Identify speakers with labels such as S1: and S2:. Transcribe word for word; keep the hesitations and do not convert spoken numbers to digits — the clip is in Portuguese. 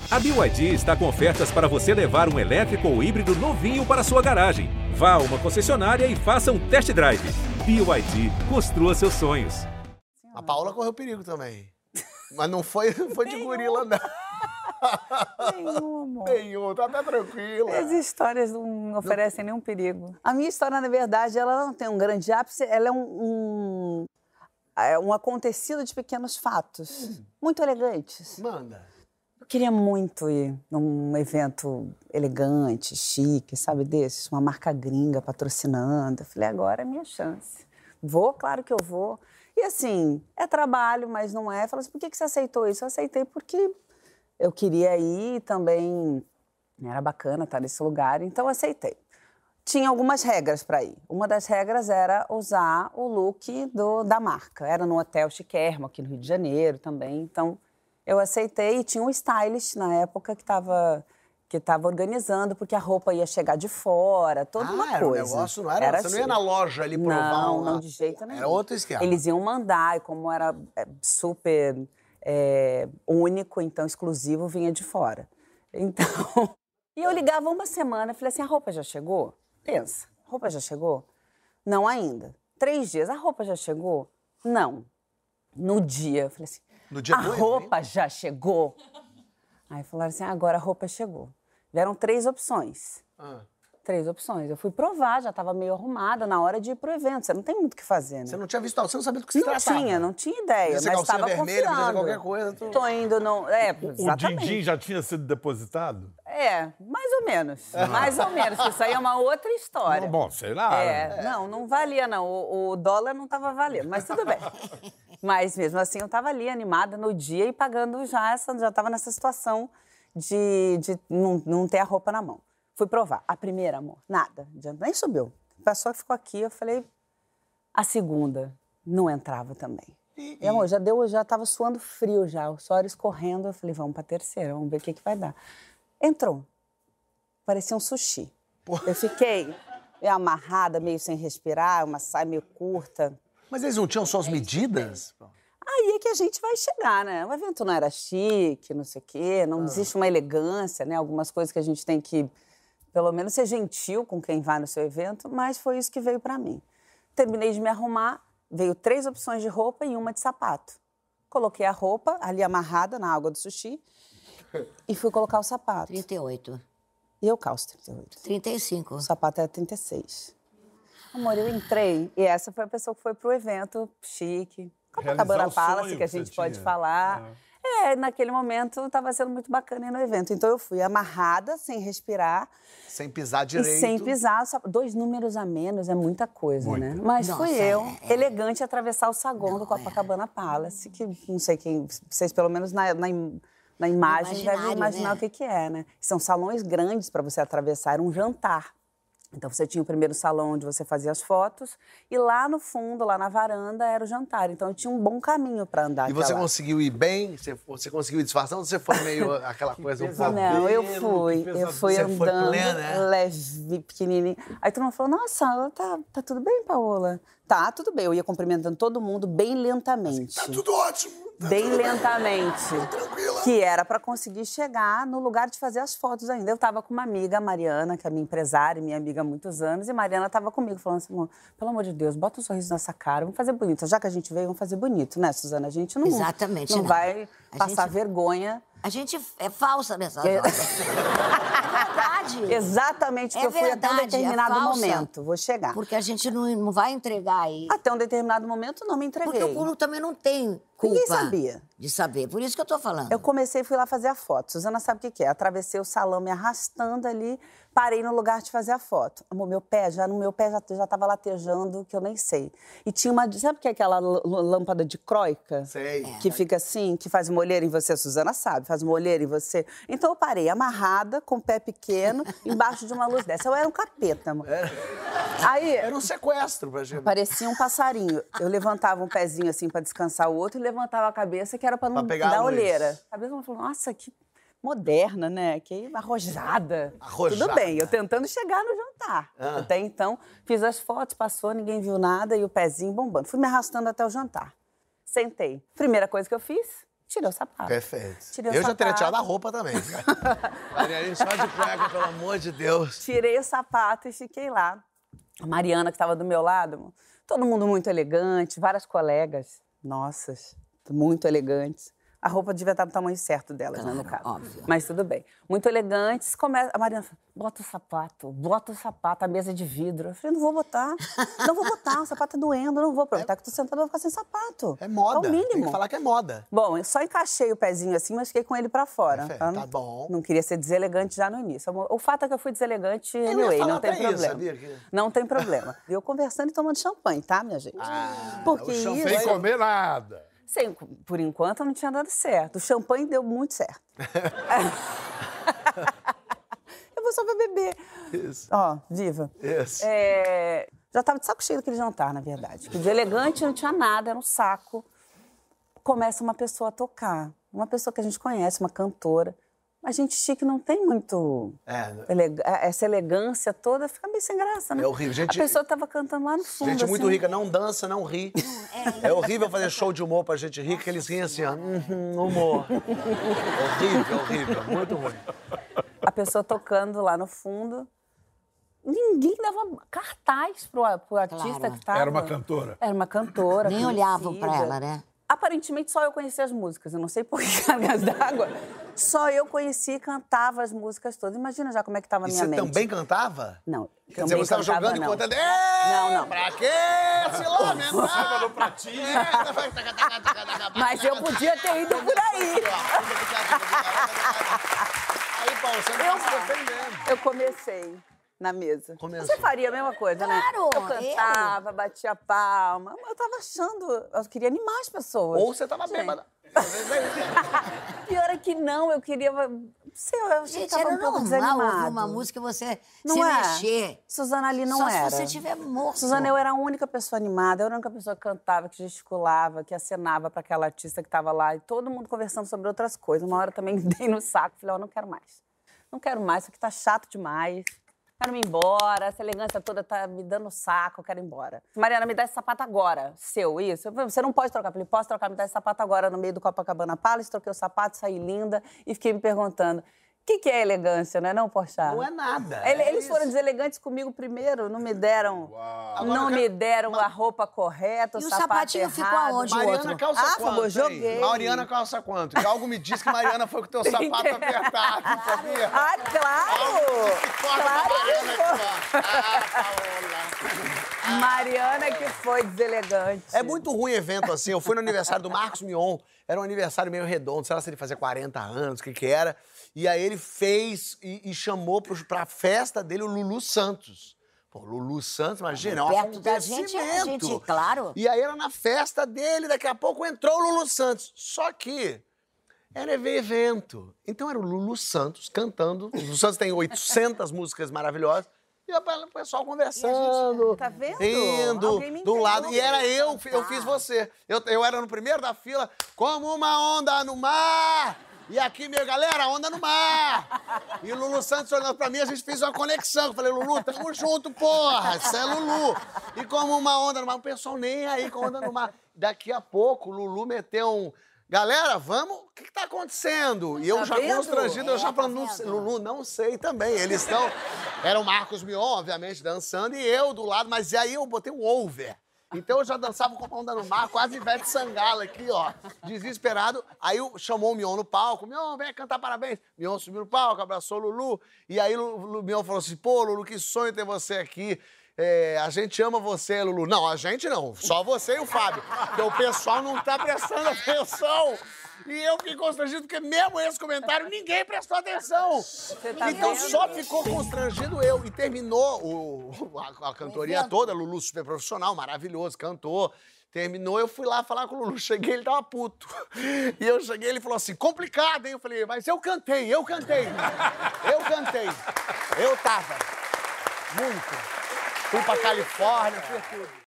S1: A B Y D está com ofertas para você levar um elétrico ou híbrido novinho para sua garagem. Vá a uma concessionária e faça um test drive. B Y D, construa seus sonhos.
S2: A Paola correu perigo também. Mas não foi, foi de gorila, não.
S3: Nenhum, amor.
S2: Nenhum, tá até tranquila.
S3: As histórias não oferecem não... nenhum perigo. A minha história, na verdade, ela não tem um grande ápice, ela é um, um, é um acontecido de pequenos fatos, hum. muito elegantes.
S2: Manda.
S3: Eu queria muito ir num evento elegante, chique, sabe desses? Uma marca gringa patrocinando. Eu falei, agora é a minha chance. Vou, claro que eu vou. E assim, é trabalho, mas não é. Falei assim, por que você aceitou isso? Eu aceitei porque eu queria ir também, era bacana estar nesse lugar, então eu aceitei. Tinha algumas regras para ir. Uma das regras era usar o look do, da marca. Era no Hotel Chiquérrimo, aqui no Rio de Janeiro também. Então, eu aceitei e tinha um stylist na época que estava que estava organizando, porque a roupa ia chegar de fora, toda
S2: ah,
S3: uma
S2: era
S3: coisa.
S2: Um negócio, não era, era você não ia na loja ali provar
S3: Não,
S2: uma...
S3: não, de jeito nenhum.
S2: Era outro esquema.
S3: Eles iam mandar, e como era super é, único, então exclusivo, vinha de fora. Então... E eu ligava uma semana, falei assim, a roupa já chegou? Pensa, a roupa já chegou? Não ainda. Três dias, a roupa já chegou? Não. No dia, eu falei assim,
S2: no dia
S3: a
S2: do
S3: roupa
S2: evento?
S3: já chegou? Aí falaram assim, agora a roupa chegou. Deram três opções.
S2: Ah.
S3: Três opções. Eu fui provar, já estava meio arrumada na hora de ir pro evento. Você não tem muito o que fazer, né?
S2: Você não tinha visto, você não sabia do que se
S3: não
S2: tratava.
S3: Não tinha, não tinha ideia, mas estava
S2: vermelha,
S3: confiando.
S2: qualquer coisa. Tô...
S3: Tô indo, não... É,
S4: o din-din já tinha sido depositado?
S3: É, mais ou menos. Ah. Mais ou menos, isso aí é uma outra história.
S4: Não, bom, sei lá.
S3: É, é. Não, não valia, não. O, o dólar não estava valendo, mas tudo bem. Mas mesmo assim, eu estava ali animada no dia e pagando já essa... Já estava nessa situação de, de não, não ter a roupa na mão. Fui provar. A primeira, amor, nada. Nem subiu. Passou, ficou aqui, eu falei... A segunda, não entrava também. E, e amor, já deu, já estava suando frio já, o suor escorrendo. Eu falei, vamos para a terceira, vamos ver o que, que vai dar. Entrou. Parecia um sushi. Porra. Eu fiquei meio amarrada, meio sem respirar, uma saia meio curta.
S2: Mas eles não tinham só as medidas?
S3: Aí é que a gente vai chegar, né? O evento não era chique, não sei o quê, não ah. existe uma elegância, né? Algumas coisas que a gente tem que, pelo menos, ser gentil com quem vai no seu evento, mas foi isso que veio pra mim. Terminei de me arrumar, veio três opções de roupa e uma de sapato. Coloquei a roupa ali amarrada na água do sushi e fui colocar o sapato.
S5: trinta e oito.
S3: E eu calço trinta e oito.
S5: trinta e cinco.
S3: O sapato era trinta e seis. Amor, eu entrei e essa foi a pessoa que foi pro evento chique. Copacabana Palace, que a gente pode tinha. falar. É. é, naquele momento estava sendo muito bacana ir no evento. Então eu fui amarrada, sem respirar.
S2: Sem pisar direito.
S3: E sem pisar. Só... Dois números a menos é muita coisa, muito. né? Mas Nossa, fui eu, é, é... elegante, atravessar o saguão não, do Copacabana é. Palace, que não sei quem... Vocês, pelo menos na, na, na imagem, devem imaginar né? o que, que é, né? São salões grandes para você atravessar, era um jantar. Então, você tinha o primeiro salão onde você fazia as fotos e lá no fundo, lá na varanda, era o jantar. Então, eu tinha um bom caminho para andar.
S2: E você lá. conseguiu ir bem? Você, você conseguiu ir disfarçando ou você foi meio aquela coisa um pouco...
S3: Não, eu fui. Eu fui você andando, foi plena, né? leve, pequenininha. Aí todo mundo falou, nossa, tá, tá tudo bem, Paola? Tá, tudo bem. Eu ia cumprimentando todo mundo bem lentamente.
S2: Tá tudo ótimo. Tá
S3: bem
S2: tudo
S3: lentamente.
S2: Bem. Tranquila.
S3: Que era para conseguir chegar no lugar de fazer as fotos ainda. Eu estava com uma amiga, a Mariana, que é minha empresária, minha amiga há muitos anos, e a Mariana estava comigo, falando assim, pelo amor de Deus, bota um sorriso nessa cara, vamos fazer bonito. Já que a gente veio, vamos fazer bonito, né, Suzana? A gente não,
S5: Exatamente,
S3: não,
S5: não.
S3: vai
S5: a
S3: passar
S5: gente...
S3: vergonha.
S5: A gente é falsa nessas horas. É verdade.
S3: Exatamente, porque
S5: é
S3: eu fui
S5: verdade,
S3: até um determinado
S5: é
S3: momento. Vou chegar.
S5: Porque a gente não, não vai entregar aí.
S3: Até um determinado momento, não me entreguei.
S5: Porque o público também não tem culpa.
S3: Ninguém sabia.
S5: De saber. Por isso que eu tô falando.
S3: Eu comecei e fui lá fazer a foto. Suzana sabe o que que é. Atravessei o salão me arrastando ali, parei no lugar de fazer a foto. Amor, meu pé, já no meu pé já, já tava latejando, que eu nem sei. E tinha uma... Sabe o que é aquela lâmpada de croica?
S2: Sei.
S3: Que fica assim, que faz uma olheira em você. A Suzana sabe, faz uma olheira em você. Então eu parei amarrada, com o pé pequeno, embaixo de uma luz dessa. Eu era um capeta, amor.
S2: Era,
S3: Aí,
S2: era um sequestro pra gente.
S3: Parecia um passarinho. Eu levantava um pezinho assim pra descansar o outro e levantava a cabeça, que era pra não
S2: pra
S3: dar olheira. A cabeça falou, nossa, que moderna, né? Que arrojada.
S2: Arrojada.
S3: Tudo bem, eu tentando chegar no jantar. Ah. Até então, fiz as fotos, passou, ninguém viu nada e o pezinho bombando. Fui me arrastando até o jantar. Sentei. Primeira coisa que eu fiz, tirei o sapato.
S2: Perfeito.
S3: Tirei o
S2: Eu já teria
S3: sapato.
S2: tirado a roupa também. Mariana, só de cueca, pelo amor de Deus.
S3: Tirei o sapato e fiquei lá. A Mariana, que estava do meu lado, todo mundo muito elegante, várias colegas, nossas, muito elegantes. A roupa devia estar no tamanho certo delas,
S5: Claro,
S3: né, no caso.
S5: óbvio.
S3: Mas tudo bem. Muito elegantes. Começa... A Mariana fala, bota o sapato, bota o sapato, a mesa é de vidro. Eu falei, não vou botar, não vou botar, o sapato tá doendo, não vou aproveitar que tô sentada, eu vou ficar sem sapato.
S2: É moda.
S3: É o mínimo.
S2: Tem que falar que é moda.
S3: Bom, eu só encaixei o pezinho assim, mas fiquei com ele pra fora.
S2: Perfeito,
S3: Pra
S2: tá
S3: não-
S2: bom.
S3: Não queria ser deselegante já no início. O fato é que eu fui deselegante
S2: ia
S3: anyway,
S2: falar
S3: não tem
S2: até isso,
S3: problema.
S2: sabia que-
S3: Não tem problema. E eu conversando e tomando champanhe, tá, minha gente? Porque
S2: o champanhe
S3: isso...
S4: Sem comer nada.
S3: Sem, por enquanto não tinha dado certo. O champanhe deu muito certo. Eu vou só pra beber.
S2: Isso.
S3: Ó, viva.
S2: Isso.
S3: É, já tava de saco cheio daquele jantar, na verdade. Que de elegante não tinha nada, era um saco. Começa uma pessoa a tocar. Uma pessoa que a gente conhece, uma cantora. A gente chique não tem muito...
S2: É.
S3: eleg- Essa elegância toda fica meio sem graça, né?
S2: É horrível. Gente-
S3: A pessoa tava cantando lá no fundo,
S2: Gente muito
S3: assim.
S2: rica não dança, não ri. É horrível fazer show de humor pra gente rica, que eles riem assim, ó. Uhum, humor. Horrível, horrível. Muito ruim.
S3: A pessoa tocando lá no fundo. Ninguém dava cartaz pro, pro artista
S5: Claro.
S3: que tava.
S4: Era uma cantora.
S3: Era uma cantora.
S5: Nem olhavam pra
S3: conhecida.
S5: ela, né?
S3: Aparentemente só eu conhecia as músicas. Eu não sei por que cargas d'água. Só eu conhecia e cantava as músicas todas. Imagina já como é que tava a
S2: E
S3: minha
S2: você
S3: mente.
S2: também cantava?
S3: Não.
S2: Quer dizer,
S3: também
S2: você tava
S3: cantava,
S2: jogando e
S3: não.
S2: contando. "Ei,
S3: Não, não.
S2: Pra quê se lamentar?
S4: no pratinho.
S3: Mas eu podia ter ido por aí.
S2: Aí, Paulo, você não tá se defendendo.
S3: Eu comecei na mesa.
S2: Começou.
S3: Você faria a mesma coisa, né?
S5: Claro,
S3: Eu cantava, batia palma. Eu tava achando... Eu queria animar as pessoas.
S2: Ou você tava
S3: Gente.
S2: bêbada.
S3: Pior é que não, eu queria... Não sei, eu achei
S5: Gente,
S3: que tava
S5: era
S3: um pouco
S5: normal
S3: desanimado.
S5: ouvir uma música e você
S3: Não
S5: se
S3: é?
S5: mexer.
S3: Suzana ali não
S5: Só
S3: era.
S5: se você estiver morto.
S3: Suzana, eu era a única pessoa animada, eu era a única pessoa que cantava, que gesticulava, que acenava para aquela artista que estava lá. E todo mundo conversando sobre outras coisas. Uma hora eu também dei no saco, falei, ó, não quero mais. Não quero mais, isso aqui tá chato demais. Quero ir embora, essa elegância toda tá me dando saco, eu quero ir embora. Mariana, me dá esse sapato agora. Seu, isso? Eu falei, você não pode trocar. Eu falei, posso trocar, me dá esse sapato agora no meio do Copacabana Palace. Troquei o sapato, saí linda e fiquei me perguntando, o que, que é elegância, não é não, Porchat?
S2: Não é nada.
S3: Ele-
S2: é
S3: Eles
S2: isso.
S3: foram deselegantes comigo primeiro, não me deram,
S2: Agora
S3: não
S2: eu
S3: me
S2: quero-
S3: deram a roupa correta, o
S5: E o
S3: sapato
S5: sapatinho ficou
S3: errado.
S5: aonde?
S2: Mariana
S5: outro.
S2: calça
S3: Ah,
S2: quanto?
S3: favor,
S2: hein?
S3: joguei.
S2: Mariana calça quanto? Que algo me diz que Mariana foi com o teu sapato apertado, sabia?
S3: Ah, claro! Claro que foi. Mariana que foi deselegante.
S2: É muito ruim evento assim. Eu fui no aniversário do Marcos Mion. Era um aniversário meio redondo, sei lá se ele fazia quarenta anos, o que que era. E aí ele fez e, e chamou pro, pra festa dele o Lulu Santos. Pô, Lulu Santos, imagina, é um
S5: Perto da gente, é,
S2: acontecimento.
S5: gente, claro.
S2: E aí era na festa dele, daqui a pouco entrou o Lulu Santos. Só que era evento. Então era o Lulu Santos cantando. O Lulu Santos tem oitocentas músicas maravilhosas. E o pessoal conversando,
S3: Tá vendo?
S2: rindo,
S3: Alguém me
S2: do
S3: entendeu.
S2: lado. E era eu, eu fiz você. Eu, eu era no primeiro da fila, como uma onda no mar. E aqui, minha galera, onda no mar. E o Lulu Santos olhando pra mim, a gente fez uma conexão. Eu falei, Lulu, tamo junto, porra. Isso é Lulu. E como uma onda no mar, o pessoal nem aí com onda no mar. Daqui a pouco, o Lulu meteu um... Galera, vamos, o que, que tá acontecendo? E eu
S3: Tá
S2: já
S3: vendo?
S2: constrangido, eu já
S5: É,
S2: falando,
S5: tá
S2: não sei,
S5: vendo?
S2: Lulu, não sei também. Eles estão... Era o Marcos Mion, obviamente, dançando, e eu do lado, mas aí eu botei um over. Então eu já dançava com a onda no mar, quase Ivete Sangalo aqui, ó, desesperado. Aí eu- chamou o Mion no palco, Mion, vem cantar parabéns. Mion subiu no palco, abraçou o Lulu, e aí o Mion falou assim, pô, Lulu, que sonho ter você aqui. É, a gente ama você, Lulu. Não, a gente não, só você e o Fábio. Porque o pessoal não tá prestando atenção. E eu fiquei constrangido, porque mesmo esse comentário, ninguém prestou atenção.
S3: tá
S2: Então
S3: vendo?
S2: só ficou constrangido eu. E terminou o, a, a cantoria toda, Lulu super profissional, maravilhoso, cantou. Terminou, eu fui lá falar com o Lulu. Cheguei, ele tava puto. E eu cheguei, ele falou assim, complicado, hein? Eu falei, mas eu cantei, eu cantei. Eu cantei. Eu tava. Muito. Fui pra Califórnia, fiz tudo.